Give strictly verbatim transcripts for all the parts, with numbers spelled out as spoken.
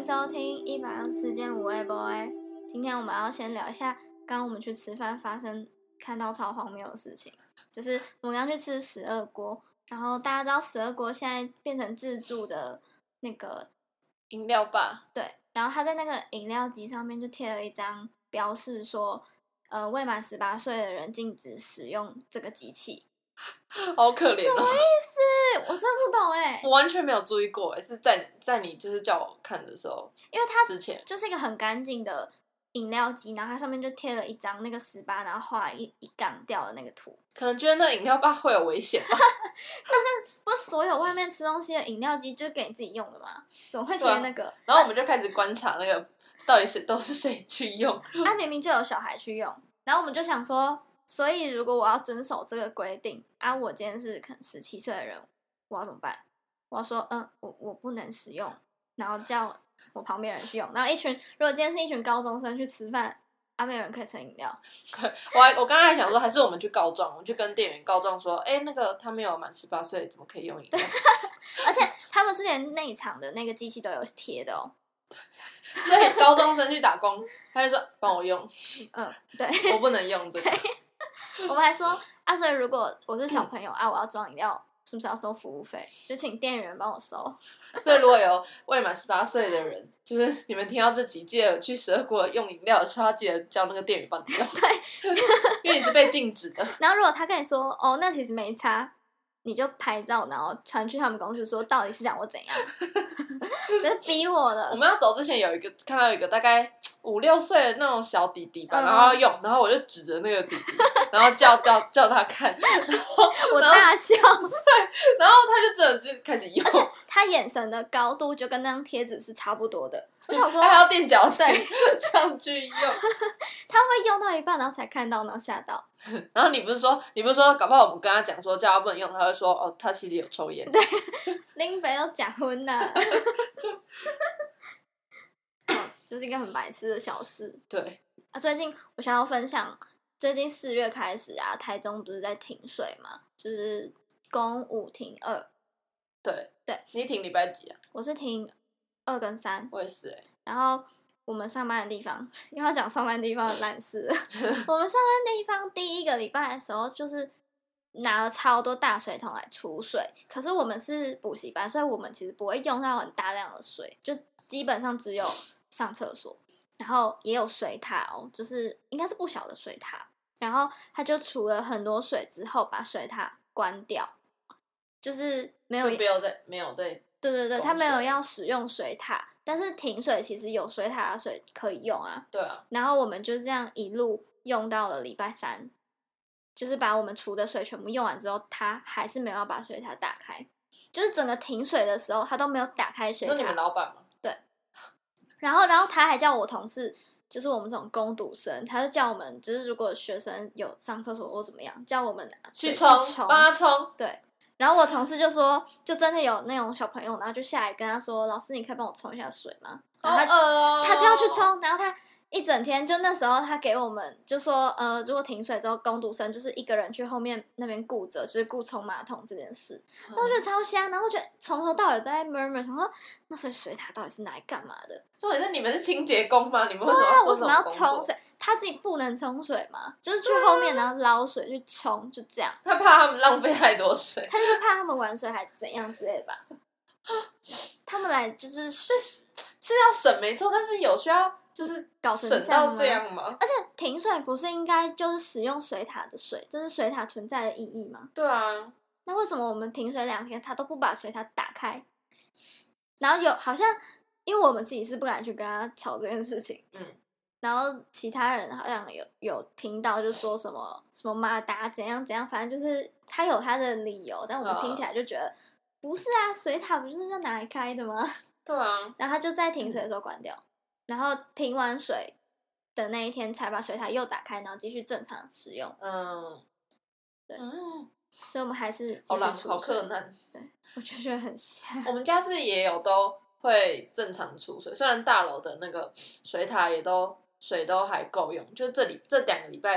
收听一百二十四件无谓 boy。今天我们要先聊一下，刚刚我们去吃饭发生看到超荒谬的事情，就是我们刚去吃十二锅，然后大家知道十二锅现在变成自助的那个饮料吧， 对，然后他在那个饮料机上面就贴了一张标示说，呃，未满十八岁的人禁止使用这个机器。 好可怜哦！ 什么意思？我真的不懂哎、欸， 我完全没有注意过哎，是在在你就是叫我看的时候， 因为它之前就是一个很干净的饮料机，然后它上面就贴了一张那个十八，然后画一一杠掉的那个图。 可能觉得那饮料吧会有危险吧。 但是不是所有外面吃东西的饮料机就是给你自己用的吗？怎么会贴那个？啊、 然后我们就开始观察那个到底是都是谁去用。 啊，明明就有小孩去用，然后我们就想说。所以，如果我要遵守这个规定啊，我今天是可能十七岁的人，我要怎么办？我要说，嗯，我我不能使用，然后叫我旁边人去用。然后一群，如果今天是一群高中生去吃饭，啊，没有人可以盛饮料。 我还我刚才还想说，还是我们去告状，我们去跟店员告状说，哎、欸，那个他没有满十八岁，怎么可以用饮料？ 而且他们是连内场的那个机器都有贴的哦。 所以高中生去打工，他就说帮我用， 嗯，对， 我不能用这个。 我们还说啊，所以如果我是小朋友、嗯、啊，我要装饮料，是不是要收服务费？就请店员帮我收。 所以如果有未满十八岁的人，就是你们听到这集，记得去十二锅用饮料的时候，记得叫那个店员帮你用。 对， 因为你是被禁止的。 然后如果他跟你说哦，那其实没差，你就拍照，然后传去他们公司说到底是想我怎样，就是逼我的。 我们要走之前有一个看到一个大概五六岁的那种小弟弟吧， 嗯、 然后要用，然后我就指着那个弟弟，然后叫叫叫他看，然后我大笑， 对，然后他就真的就开始用， 而且他眼神的高度就跟那张贴纸是差不多的。我想说， 他还要垫脚对上去用， 他会用到一半，然后才看到，然后吓到。 然后你不是说，你不是说，搞不好我们跟他讲说叫他不能用，他会说哦，他其实有抽烟。 对，林北有假婚呐。就是一个很白痴的小事。 对啊，最近我想要分享，最近四月开始啊，台中不是在停水嘛，就是公五停二。 对对， 你停礼拜几啊？ 我是停二跟三。 我也是哎、欸。 然后我们上班的地方，又要讲上班地方的烂事了。我们上班地方第一个礼拜的时候，就是拿了超多大水桶来储水，可是我们是补习班，所以我们其实不会用到很大量的水，就基本上只有上厕所，然后也有水塔哦，就是应该是不小的水塔。然后他就储了很多水之后，把水塔关掉，就是没有就没有在没有在对对对，他没有要使用水塔，但是停水其实有水塔的水可以用啊。 对啊。 然后我们就这样一路用到了礼拜三，就是把我们储的水全部用完之后，他还是没有要把水塔打开，就是整个停水的时候，他都没有打开水塔。 是你们老板吗？ 对。然后，然后他还叫我同事，就是我们这种工读生，他就叫我们，就是如果学生有上厕所或怎么样，叫我们去冲，帮他冲。 对。然后我同事就说，就真的有那种小朋友，然后就下来跟他说：“老师，你可以帮我冲一下水吗？”然后他、 哦、 他就要去冲，然后他一整天就那时候他给我们就说，呃，如果停水之后，工读生就是一个人去后面那边顾着，就是顾冲马桶这件事。嗯、然后我觉得超瞎，然后我觉得从头到尾都在 murmur， 想说那所以水塔到底是拿来干嘛的？ 重点是你们是清洁工吗？你们为什么要做这种工作？ 对啊，为什么要冲水？他自己不能冲水吗？就是去后面然后捞水去冲，就这样。 他怕他们浪费太多水， 他就是怕他们玩水还怎样之类的吧。他们来就是是是要省没错，但是有需要就是搞成这省到这样吗？ 而且停水不是应该就是使用水塔的水，这是水塔存在的意义吗？ 对啊。 那为什么我们停水两天，他都不把水塔打开？然后有好像，因为我们自己是不敢去跟他吵这件事情， 嗯。 然后其他人好像有有听到，就说什么什么马达怎样怎样，反正就是他有他的理由，但我们听起来就觉得、呃、不是啊，水塔不就是要拿来开的吗？ 对啊。 然后他就在停水的时候关掉，嗯、然后停完水的那一天才把水塔又打开，然后继续正常使用。 嗯， 对， 嗯， 所以我们还是好难，好困难。 对，我就觉得很瞎。 我们家是也有都会正常出水，虽然大楼的那个水塔也都水都还够用，就这里这两个礼拜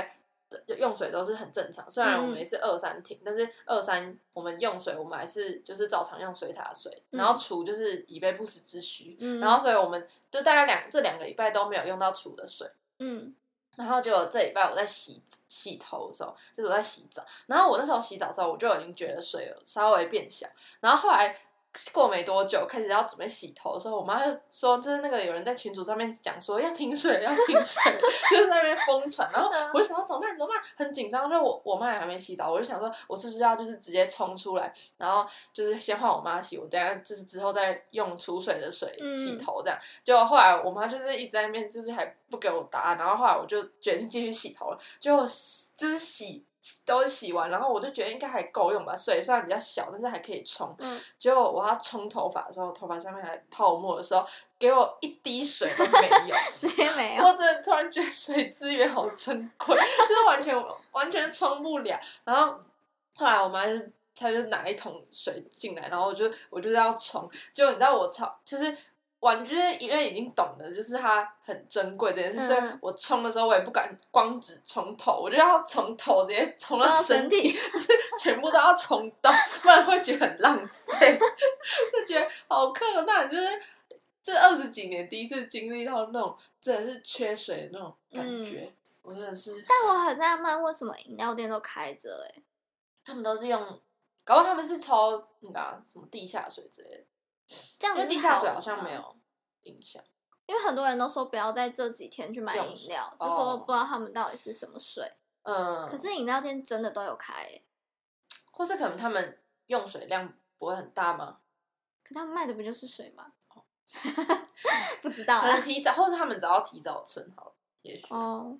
用水都是很正常，虽然我们也是二三停，嗯、但是二三我们用水，我们还是就是照常用水塔的水，嗯、然后储就是以备不时之需，嗯、然后所以我们就大概两这两个礼拜都没有用到储的水，嗯，然后就这礼拜我在洗洗头的时候，就是我在洗澡，然后我那时候洗澡的时候，我就已经觉得水有稍微变小，然后后来。过没多久，开始要准备洗头的时候，我妈就说，就是那个有人在群组上面讲说要停水，要停水，就是在那边疯传。然后我就想说怎么办？怎么办？很紧张。就我我妈也还没洗澡，我就想说，我是不是要就是直接冲出来，然后就是先换我妈洗，我等一下就是之后再用储水的水洗头这样。结果后来我妈就是一直在那边，就是还不给我答案。然后后来我就决定继续洗头了，就就是洗。都洗完，然后我就觉得应该还够用吧，水虽然比较小，但是还可以冲。嗯，结果我要冲头发的时候，头发上面还泡沫的时候，给我一滴水都没有， 直接没有。 我真的突然觉得水资源好珍贵，就是完全完全冲不了。然后后来我妈就是，她就拿一桶水进来，然后我就我就要冲，结果你知道我超就是。我就是因为已经懂了，就是它很珍贵这件事，嗯、所以我冲的时候我也不敢光只冲头，我就要从头直接冲到身体，就是全部都要冲到，不然会觉得很浪费，就觉得好困难，就是这二十几年第一次经历到那种真的是缺水的那种感觉，嗯、我真的是。 但我很纳闷，为什么饮料店都开着？哎， 他们都是用，搞不好他们是抽那个、啊、什么地下水之类的。 这样子因为地下水好像没有影响， 因为很多人都说不要在这几天去买饮料，就说不知道他们到底是什么水。嗯，可是饮料店真的都有开耶， 或是可能他们用水量不会很大吗？ 可他们卖的不就是水吗？哦、不知道， 可能提早，或者他们只要提早存好了，也许哦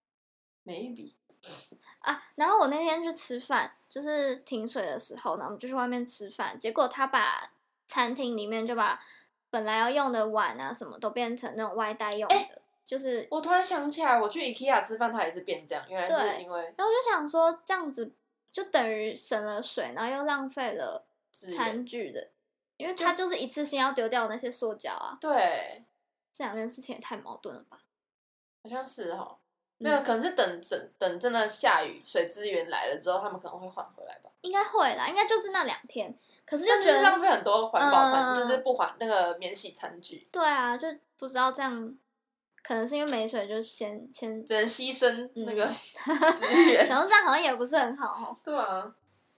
，maybe 啊。然后我那天去吃饭，就是停水的时候，然后我们就去外面吃饭，结果他把餐厅里面就把本来要用的碗啊什么都变成那种外带用的，欸、就是我突然想起来，我去 IKEA 吃饭，它也是变这样，原来是因为， 然后我就想说这样子就等于省了水，然后又浪费了餐具的，因为它就是一次性要丢掉那些塑胶啊。 对， 这两件事情也太矛盾了吧？ 好像是哈，没有，嗯、可能是等等等真的下雨，水资源来了之后，他们可能会换回来吧。 应该会啦，应该就是那两天。可是就觉得浪费很多环保餐，嗯、就是不环那个免洗餐具。 对啊，就不知道这样，可能是因为没水，就先先只能牺牲那个资源。 想说这样好像也不是很好哦。 对啊。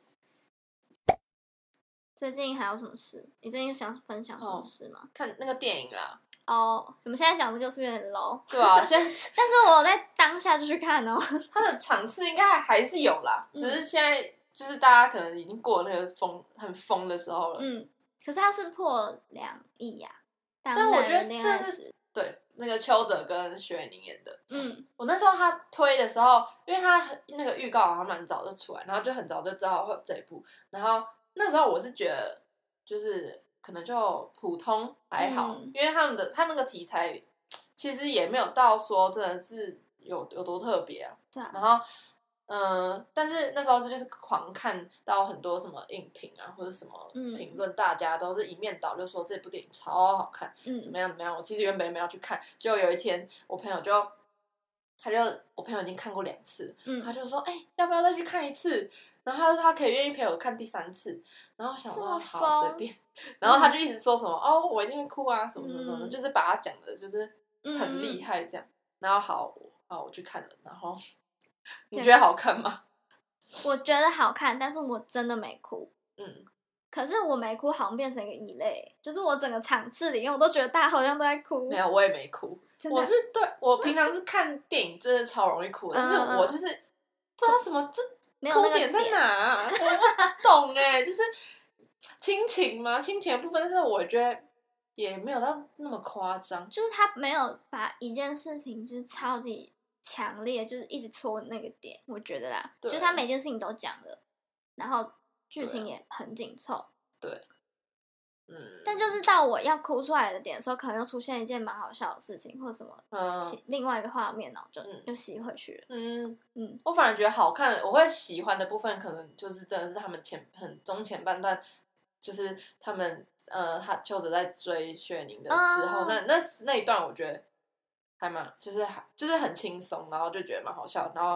最近还有什么事？你最近想分享什么事吗？ 哦、看那个电影啦。 哦，我们现在讲这个是不是有点 low？ 对啊，现在。 但是我在当下就去看哦。 它的场次应该还是有啦，嗯、只是现在。就是大家可能已经过那个疯很疯的时候了，嗯， 可是他是破两亿呀， 但我觉得这是对那个邱泽跟徐伟宁演的，嗯，我那时候他推的时候，因为他那个预告好像蛮早就出来，然后就很早就知道会有这一部，然后那时候我是觉得就是可能就普通还好，嗯、因为他们的他那个题材其实也没有到说真的是有有多特别啊，对啊，然后。嗯、呃，但是那时候是就是狂看到很多什么影评啊，或者什么评论，大家都是一面倒，就说这部电影超好看，嗯，怎么样怎么样。我其实原本也没有去看，结果有一天我朋友就，他就我朋友已经看过两次，嗯，他就说，哎、欸，要不要再去看一次？然后他说他可以愿意陪我看第三次，然后我想说好随便，然后他就一直说什么、嗯、哦，我一定会哭啊，什么什么什么，嗯、就是把他讲的就是很厉害这样。嗯、然后好，好我去看了，然后。你觉得好看吗？ 我觉得好看，但是我真的没哭。嗯，可是我没哭，好像变成一个异类，就是我整个场次里面，我都觉得大家好像都在哭。 没有，我也没哭。我是对我平常是看电影真的超容易哭的，但是我就是不知道什么，这哭点在哪、啊，我不懂哎、欸，就是亲情吗？亲情的部分，但是我觉得也没有到那么夸张， 就是他没有把一件事情就是超级。强烈就是一直戳那个点，我觉得啦，就是他每件事情都讲了，然后剧情也很紧凑， 对，嗯， 但就是到我要哭出来的点的时候，可能又出现一件蛮好笑的事情，或者什么，嗯，另外一个画面，然后就、嗯、又吸回去了， 嗯嗯，我反而觉得好看的，我会喜欢的部分，可能就是真的是他们前很中前半段，就是他们呃，他邱泽在追薛宁的时候，嗯、那那那一段我觉得。还蛮就是还就是很轻松，然后就觉得蛮好笑，然后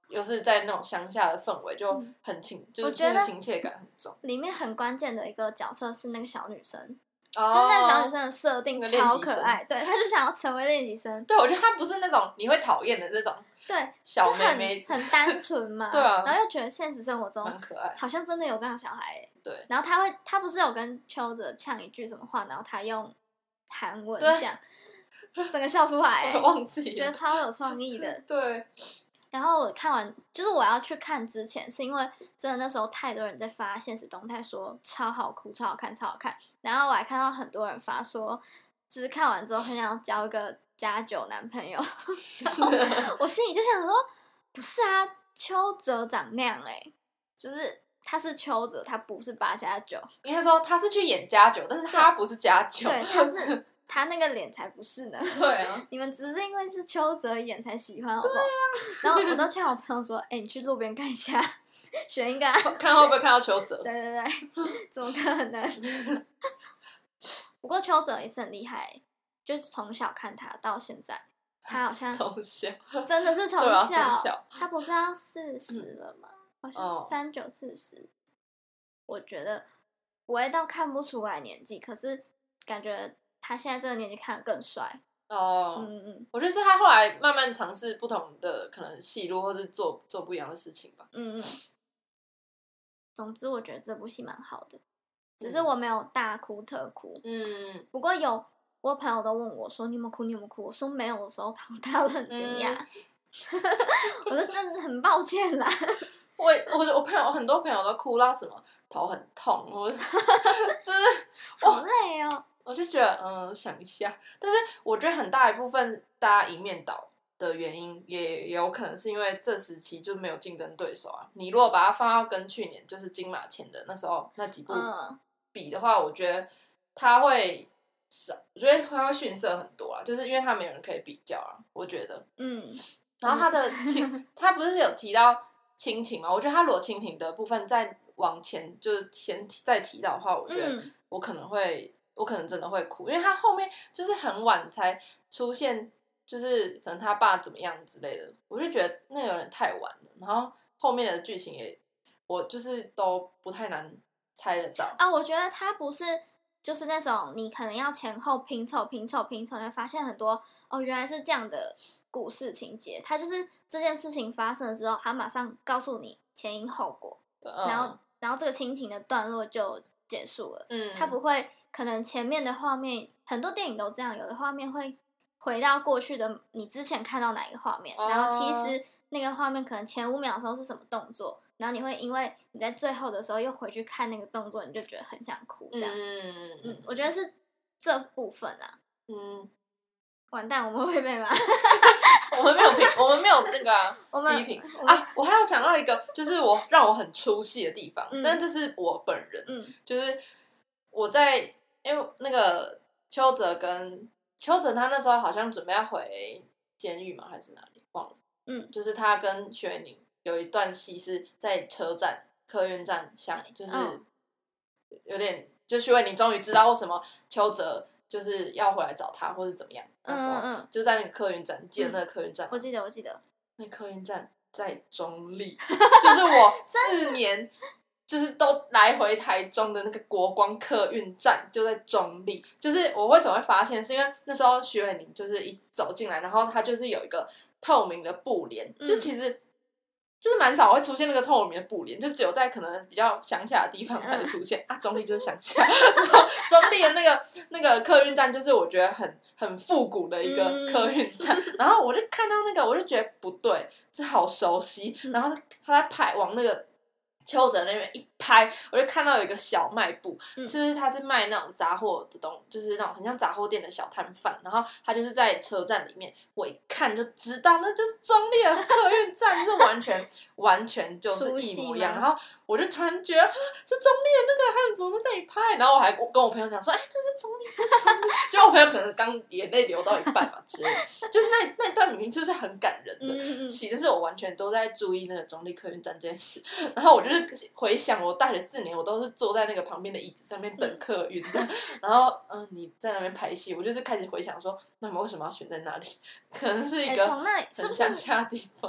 又是在那种乡下的氛围，就很亲，嗯、就是那个亲切感很重。 里面很关键的一个角色是那个小女生， 哦、 就是那个小女生的设定超可爱，对，她就想要成为练习生。 对，我觉得她不是那种你会讨厌的那种， 对， 小妹妹很很单纯嘛， 对啊， 然后又觉得现实生活中蛮可爱， 好像真的有这样的小孩、欸， 对。 然后他会，他不是有跟邱泽呛一句什么话，然后他用韩文讲，整个笑出来、欸， 我忘记了， 觉得超有创意的， 对。 然后我看完，就是我要去看之前，是因为真的那时候太多人在发现实动态说超好哭、超好看、超好看，然后我还看到很多人发说，就是看完之后很想要交一个加九男朋友，然后我心里就想说，不是啊，邱泽长那样哎、欸，就是他是邱泽，他不是八加九， 应该说他是去演加九，但是他不是加九， 对，他是。他那个脸才不是呢， 对啊， 你们只是因为是邱泽演才喜欢，好不好？啊、然后我都劝我朋友说：“哎、欸，你去路边看一下，选一个、啊， 看会不会看到邱泽。” 对对对，怎么可能？不过邱泽也是很厉害，就是从小看他到现在，他好像从小真的是从小， 小， 从小他不是要四十了吗？好像三九四十，我觉得不会到看不出来年纪，可是感觉。他现在这个年纪看得更帅哦， 嗯嗯， 我觉得是他后来慢慢尝试不同的可能戏路，或是做做不一样的事情吧。 嗯嗯。总之，我觉得这部戏蛮好的，只是我没有大哭特哭。嗯。不过有我朋友都问我说：“你有没有哭？你有没有哭？”我说没有的时候，他都很惊讶。嗯、我说真的很抱歉啦。 我我我朋友很多朋友都哭到什么头很痛，我就是好累哦。 我就觉得，嗯，想一下，但是我觉得很大一部分大家一面倒的原因，也有可能是因为这时期就没有竞争对手啊。你如果把它放到跟去年就是金马前的那时候那几部比的话，嗯、我觉得它会少，我觉得它会逊色很多啊，就是因为它没有人可以比较啊。我觉得，嗯，然后他的亲，他不是有提到亲情嘛？我觉得他如果亲情的部分再往前，就是先再提到的话，我觉得我可能会。我可能真的会哭，因为他后面就是很晚才出现，就是可能他爸怎么样之类的，我就觉得那有点太晚了。然后后面的剧情也，我就是都不太难猜得到啊。我觉得他不是就是那种你可能要前后拼凑、拼凑、拼凑，你会发现很多哦，原来是这样的故事情节。他就是这件事情发生了之后，他马上告诉你前因后果，嗯、然后然后这个亲情的段落就结束了。嗯，他不会。可能前面的画面，很多电影都这样，有的画面会回到过去的你之前看到哪一个画面， oh. 然後其實那個畫面可能前五秒的時候是什麼動作，然後你會因為你在最後的時候又回去看那個動作，你就覺得很想哭這樣。嗯嗯，我覺得是這部分啊。嗯，完蛋，我們會被罵。 我們沒有評，我們沒有那個啊，批評啊。我還有想到一個，就是我讓我很出戲的地方，嗯、但這是我本人，嗯，就是我在。因為那個邱澤跟邱澤他那時候好像準備要回監獄嘛，還是哪裡忘了。嗯，就是他跟徐偉寧有一段戲是在車站客運站相，就是有點，嗯、就徐偉寧終於知道為什麼邱澤就是要回來找他，或是怎麼樣。那時候嗯嗯嗯就在那個客運站，你記得那個客運站，嗯？我記得，我記得。那個客運站在中壢，就是我四年。就是都來回台中的那個國光客運站就在中壢，就是我為什麼會發現，是因為那時候徐偉寧就是一走進來，然後他就是有一個透明的布簾，嗯、就其實就是蠻少會出現那個透明的布簾，就只有在可能比較鄉下的地方才會出現、嗯、啊。中壢就是鄉下，中壢的那個那個客運站就是我覺得很很復古的一個客運站，嗯、然後我就看到那個，我就覺得不對，這好熟悉，然後他在拍往那個。邱澤那邊一拍，我就看到有一個小賣部，嗯、就是他是賣那種雜貨的東西，就是那種很像雜貨店的小攤販，然後他就是在車站裡面，我一看就知道那就是中壢的客運站，就是完全完全就是一模一樣，然後我就突然覺得是中壢的那個，他怎麼在這裡拍？然後我還跟我朋友講說，哎、欸，那是中壢，中壢，就我朋友可能剛眼淚流到一半嘛之類的，就那那段明明就是很感人的戲，但是我完全都在注意那個中壢客運站這件事，然後我就是。回想我大學四年，我都是坐在那個旁邊的椅子上面等客運的，然後嗯、呃，你在那邊拍戲，我就是開始回想說，那你們為什麼要選在那裡？可能是一個很鄉下的地方。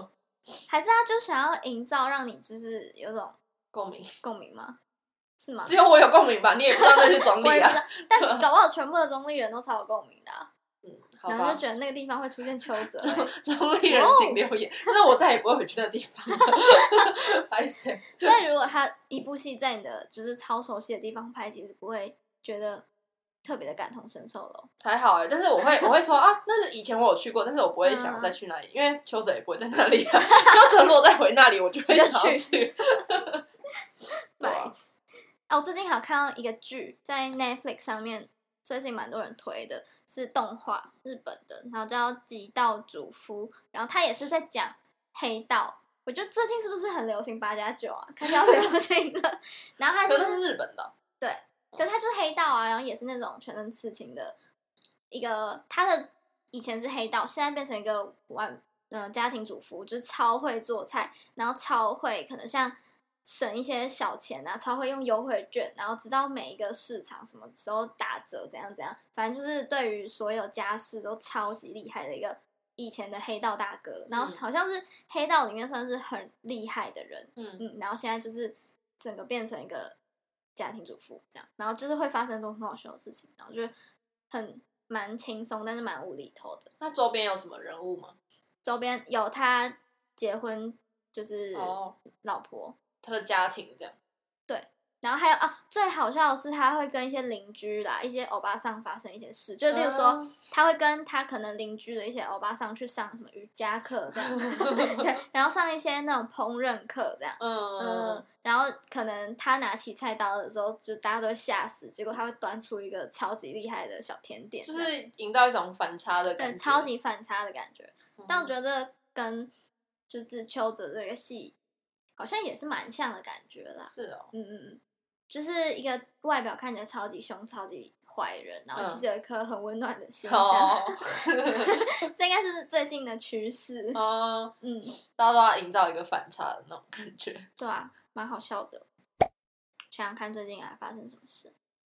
还是他就想要营造让你就是有种共鸣共鸣吗？是吗？ 只有我有共鸣吧？你也不知道那是中立啊。 但搞不好全部的中立人都超有共鸣的啊。 嗯，好吧。 然后就觉得那个地方会出现邱泽、欸。 中立人请留言，但是我再也不会回去那个地方了。拍谁？ 所以如果他一部戏在你的就是超熟悉的地方拍，其实不会觉得特别的感同身受了。 还好哎、欸，但是我会我会说啊，那是以前我有去过，但是我不会想再去那里，嗯、因为邱泽也不会在那里啊。邱泽如果再回那里，我就会想要去。 对啊。哦，我最近还有看到一个剧，在 Netflix 上面，最近蛮多人推的，是动画，日本的，然后叫《极道主夫》，然后它也是在讲黑道。我觉得最近是不是很流行八加九啊？开始要流行了。然后它、就是、 可是是日本的。 对，可是它就是黑道啊，然后也是那种全身刺青的一个，他的以前是黑道，现在变成一个完呃家庭主妇，就是超会做菜，然后超会可能像。省一些小钱啊，超会用优惠券，然后知道每一个市场什么时候打折，怎样怎样，反正就是对于所有家事都超级厉害的一个以前的黑道大哥，然后好像是黑道里面算是很厉害的人，嗯嗯，然后现在就是整个变成一个家庭主妇这样，然后就是会发生很多很好笑的事情，然后就很蛮轻松，但是蛮无厘头的。 那周边有什么人物吗？ 周边有他结婚就是老婆。哦他的家庭这样， 对，然后还有啊，最好笑的是他会跟一些邻居啦、一些欧巴桑发生一些事，就例如说，嗯、他会跟他可能邻居的一些欧巴桑去上什么瑜伽课这样，对，然后上一些那种烹饪课这样，嗯嗯，然后可能他拿起菜刀的时候，就大家都会吓死，结果他会端出一个超级厉害的小甜点， 就是营造一种反差的感觉， 对，超级反差的感觉。嗯、但我觉得跟就是邱泽这个戏。好像也是蛮像的感觉啦， 是哦， 嗯嗯嗯，就是一个外表看起来超级凶、超级坏人，然后其实有一颗很温暖的心， 哦、 这应该是最近的趋势哦，嗯，大家都要营造一个反差的那种感觉， 对啊，蛮好笑的。想想看最近还发生什么事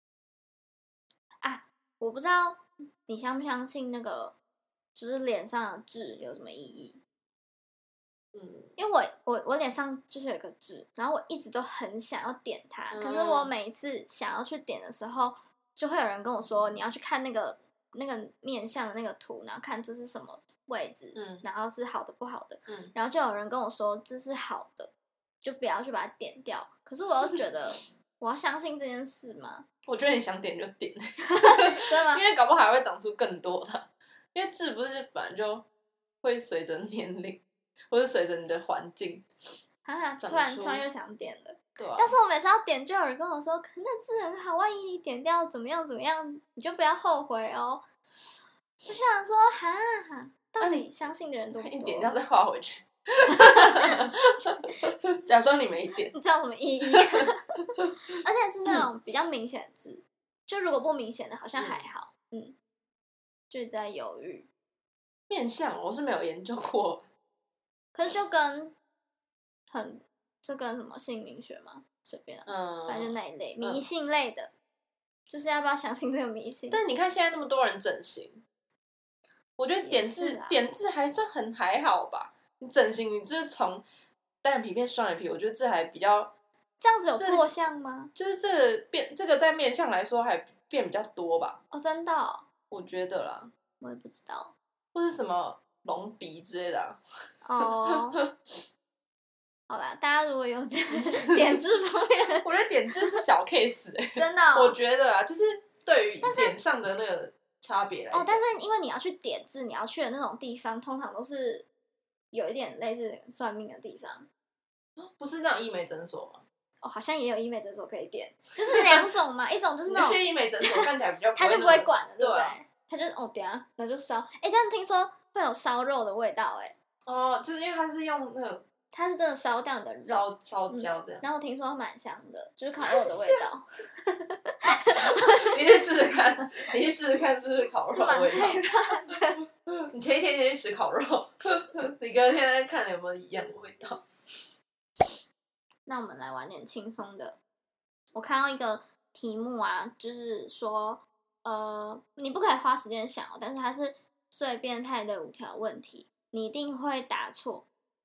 啊？我不知道你相不相信那个，就是脸上的痣有什么意义？嗯，因为我我我脸上就是有一个痣，然后我一直都很想要点它，嗯、可是我每一次想要去点的时候，就会有人跟我说你要去看那个那个面相的那个图，然后看这是什么位置，嗯、然后是好的不好的，嗯、然后就有人跟我说这是好的，就不要去把它点掉。可是我又觉得我要相信这件事吗？ 我觉得你想点就点， 真的吗？ 因为搞不好还会长出更多的，因为痣不是本来就会随着年龄。或是随着你的环境， 啊，突然突然又想点了， 对啊。 但是我每次要点，就有人跟我说，可那痣很好，万一你点掉怎么样怎么样，你就不要后悔哦。我想说，哈，到底相信的人多不多？ 你点掉再画回去，假装你没点， 你知道什么意义？而且是那种比较明显的痣，就如果不明显的，好像还好，嗯，嗯就在犹豫。 面相我是没有研究过。 可是就跟很这跟什么姓名学吗？随便啊，嗯，反正就那一类迷信类的，嗯、就是要不要相信这个迷信？ 但你看现在那么多人整形，我觉得点痣、啊、点痣还算很还好吧。你整形，你就是从单眼皮变双眼皮，我觉得这还比较这样子有过相吗？ 就是这个变这个在面相来说还变比较多吧。 哦，真的、哦？ 我觉得啦， 我也不知道， 或是什么。隆鼻之类的、啊、 哦，好啦，大家如果有点痣方面， 我觉得点痣是小 case 哎、欸， 真的、哦， 我觉得啊，就是对于脸上的那个差别来哦，但是因为你要去点痣，你要去的那种地方，通常都是有一点类似算命的地方， 不是那种医美诊所吗？ 哦，好像也有医美诊所可以点，就是两种嘛，一种就是那种你去医美诊所看起来比较他就不会管了，对不对？ 啊他就哦，等一下那就烧，哎，但是听说会有烧肉的味道，哎， 哦，就是因为它是用那个， 它是真的烧掉你的肉， 烧烧焦这样、 嗯。然后我听说蛮香的，就是烤肉的味道。 你去试试看，你去试试看，是不是烤肉的味道？你前一天先去吃烤肉，你隔天再看有没有一样的味道。 那我们来玩点轻松的。我看到一个题目啊，就是说。呃，你不可以花时间想哦，但是它是最变态的五条问题，你一定会答错，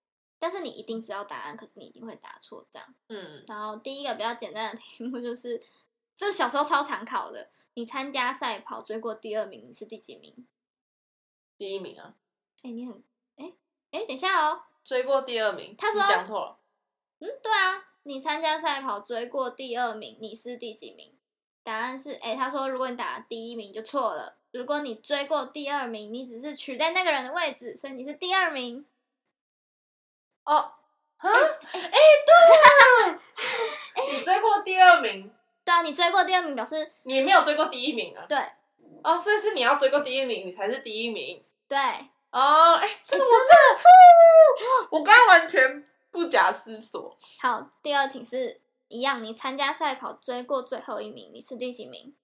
但是你一定知道答案，可是你一定会答错这样。 嗯， 然后第一个比较简单的题目就是，这小时候超常考的，你参加赛跑追过第二名，你是第几名？ 第一名啊。 哎、欸，你很哎哎、欸，等一下哦， 追过第二名， 他说你讲错了。 嗯，对啊，你参加赛跑追过第二名，你是第几名？答案是哎、欸，他说如果你打第一名就错了，如果你追过第二名，你只是取代那个人的位置，所以你是第二名。 哦，哈，哎、欸，对啊，你追过第二名。 对啊，你追过第二名表示你没有追过第一名啊。 对。 哦，所以是你要追过第一名，你才是第一名。 对。 哦，哎、欸，这个我真的错误，我刚刚完全不假思索。 好，第二题是一样，你参加赛跑追过最后一名，你是第几名？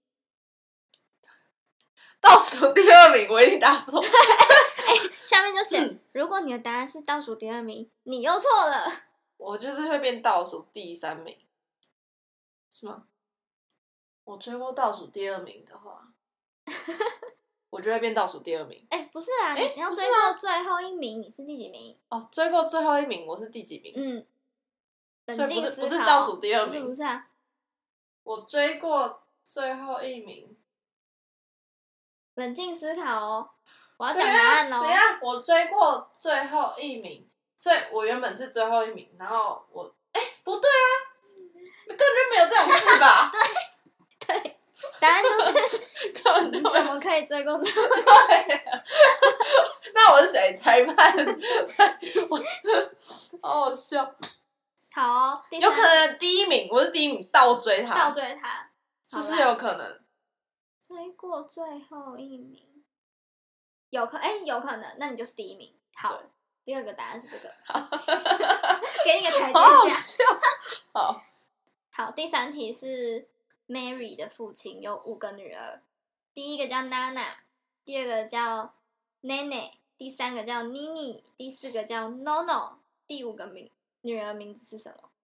倒数第二名，我一定答错。 哎、欸，下面就写、嗯，如果你的答案是倒数第二名，你又错了。 我就是会变倒数第三名，是吗？我追过倒数第二名的话，我就会变倒数第二名。 哎、欸，不是啦，欸、你要追过最后一名，你是第几名？ 哦，追过最后一名，我是第几名？ 嗯， 冷静思考，不是不是倒数第二名， 不是不是啊。 我追过最后一名。 冷静思考哦，我要讲答案哦。 等一下，我追过最后一名，所以我原本是最后一名，然后我哎、欸、不对啊，根本就没有这种事吧？ 对对，答案就是根本就你怎么可以追过最后一名？那我是谁？裁判？我好好笑。 好哦， 有可能第一名，我是第一名，倒追他， 倒追他， 是不是有可能？ 追过最后一名，有可哎、欸、有可能，那你就是第一名。好，第二个答案是这个，给你一个台阶下。 好好笑。好， 好，第三题是 Mary 的父亲有五个女儿，第一个叫 Nana， 第二个叫 Nene， 第三个叫 Nini， 第四个叫 Nono， 第五个名女儿名字是什么？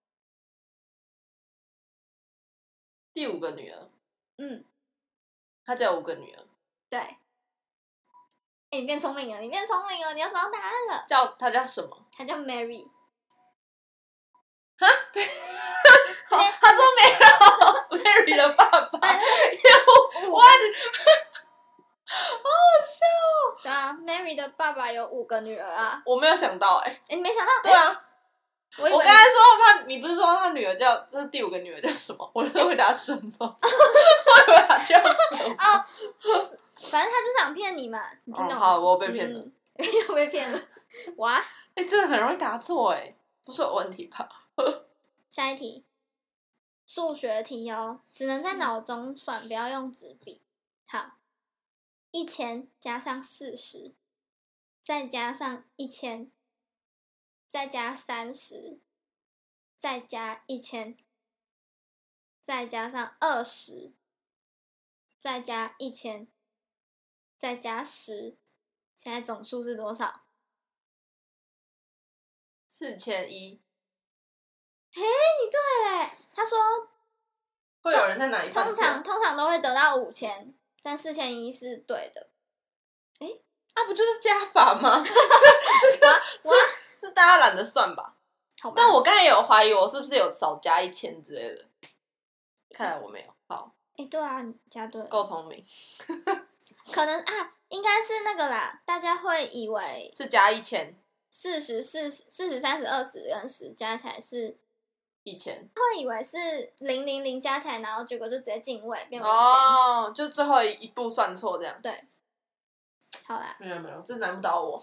第五个女儿， 嗯。 他只有五个女儿。 对，哎、欸，你变聪明了，你变聪明了，你要找到答案了。 叫他叫什么？ 他叫 Mary。 哈？他说没有 ，Mary 的爸爸有我，好好笑哦。 对啊 ，Mary 的爸爸有五个女儿啊。 我没有想到哎、欸。 哎、欸，你没想到？ 对啊。 我我刚才说他，你不是说他女儿叫，就是第五个女儿叫什么？我就回答什么？我以为他叫什么？ 哦，反正他就想骗你嘛，你听懂吗？ 哦、好，我被骗了， 嗯、又被骗了，哇！ 哎、欸，真的很容易答错哎，不是有问题吧？ 下一题，数学题哦，只能在脑中算，不要用纸笔。好，一千加上四十，再加上一千。再加三十，再加一千，再加上二十，再加一千，再加十，现在总数是多少？ 四千一。 嘿，你对嘞！他说会有人在哪里犯错？ 通常通常都会得到五千，但四千一是对的。哎， 啊，不就是加法吗？哇哇！是大家懒得算吧？ 好吧。 但我刚才有怀疑，我是不是有少加一千之类的？看来我没有。好。 哎、欸，对啊，你加对了。 够聪明。 可能啊，应该是那个啦，大家会以为是加一千。 四十、四十、四十、三十、二十跟十加起来是一千。 会以为是零零零加起来，然后结果就直接进位变五千。 哦，就最后一步算错这样。 对。好啦， 没有没有，这难不倒我，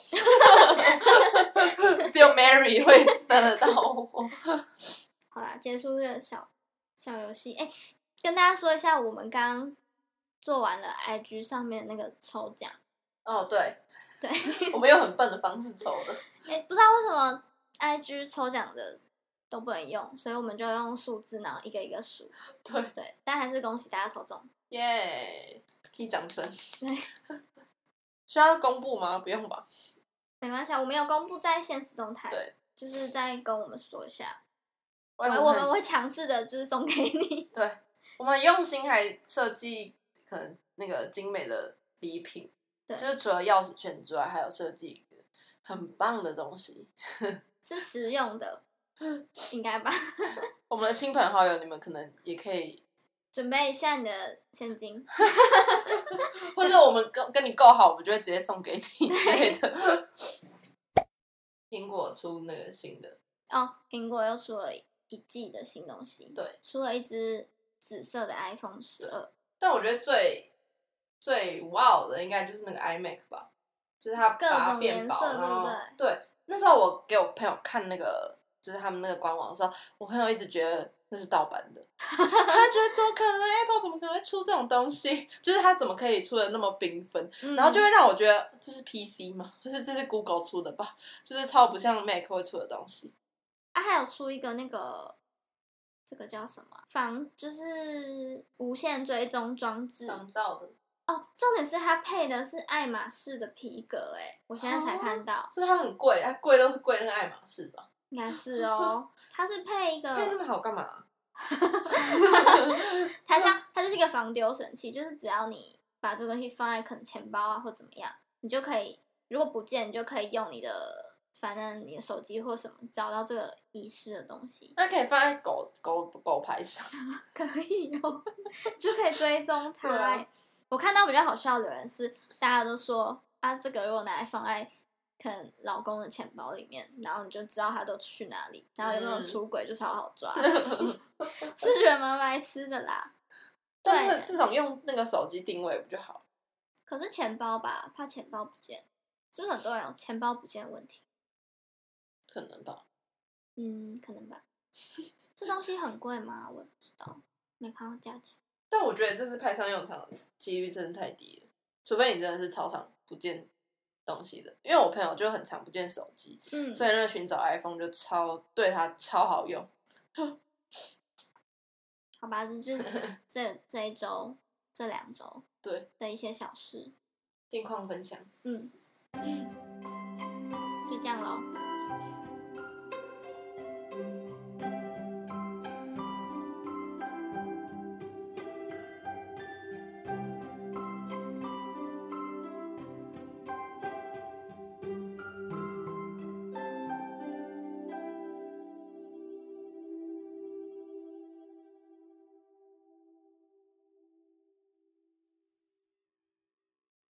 只有 Mary 会难得到我。 好啦，结束这个小小游戏。哎、欸，跟大家说一下，我们刚刚做完了 I G 上面那个抽奖。 哦，对对， 我们用很笨的方式抽的。 哎、欸，不知道为什么 I G 抽奖的都不能用，所以我们就用数字，然后一个一个数。 对对，但还是恭喜大家抽中， 耶！可以掌声。 对。 需要公布吗？不用吧。 没关系，我们有公布在限时动态， 对， 就是再跟我们说一下， 我我们会强势的，就是送给你。 对，我们用心还设计可能那个精美的礼品， 对， 就是除了钥匙圈之外，还有设计很棒的东西。 是实用的，应该吧？ 我们的亲朋好友，你们可能也可以准备一下你的现金， 或者我们跟跟你够好，我们就会直接送给你之类的。苹果出那个新的哦，苹果又出了一季的新东西， 对， 出了一只紫色的 iPhone 十二。 但我觉得最最 wow 的应该就是那个 iMac 吧，就是它把它变薄，然后对, 对，那时候我给我朋友看那个就是他们那个官网的时候，我朋友一直觉得那是盗版的，他觉得怎么可能 Apple 怎么可能会出这种东西，就是它怎么可以出的那么缤纷、嗯、然后就会让我觉得这是 P C 吗？就是这是 Google 出的吧，就是超不像 Mac 会出的东西啊。还有出一个那个这个叫什么防就是无线追踪装置， 想到的哦，重点是它配的是爱马仕的皮革，哎，我现在才看到， 所以它很贵，它贵都是贵那个爱马仕吧？ 应该是哦，它是配一个， 配那么好干嘛、啊？ 它像它就是一个防丢神器，就是只要你把这个东西放在可能钱包啊或怎么样，你就可以，如果不见，你就可以用你的，反正你的手机或什么找到这个遗失的东西。 那可以放在狗狗狗牌上， 可以哦，就可以追踪它、欸啊。 我看到比较好笑的人是，大家都说啊，这个如果拿来放在可能老公的钱包里面，然后你就知道他都去哪里，然后有没有出轨就超好抓，嗯、是觉得蛮白痴的啦。 但是这种用那个手机定位不就好？ 可是钱包吧，怕钱包不见，是不是很多人有钱包不见的问题？ 可能吧。 嗯，可能吧。这东西很贵吗？我也不知道，没看到价钱。 但我觉得这次派上用场的几率真的太低了，除非你真的是超常不见东西的。因为我朋友就很常不见手机，嗯，所以那个寻找 iPhone 就超对他超好用。 好吧，这就是这这一周、这两周对的一些小事， 近况分享。 嗯嗯，就这样咯。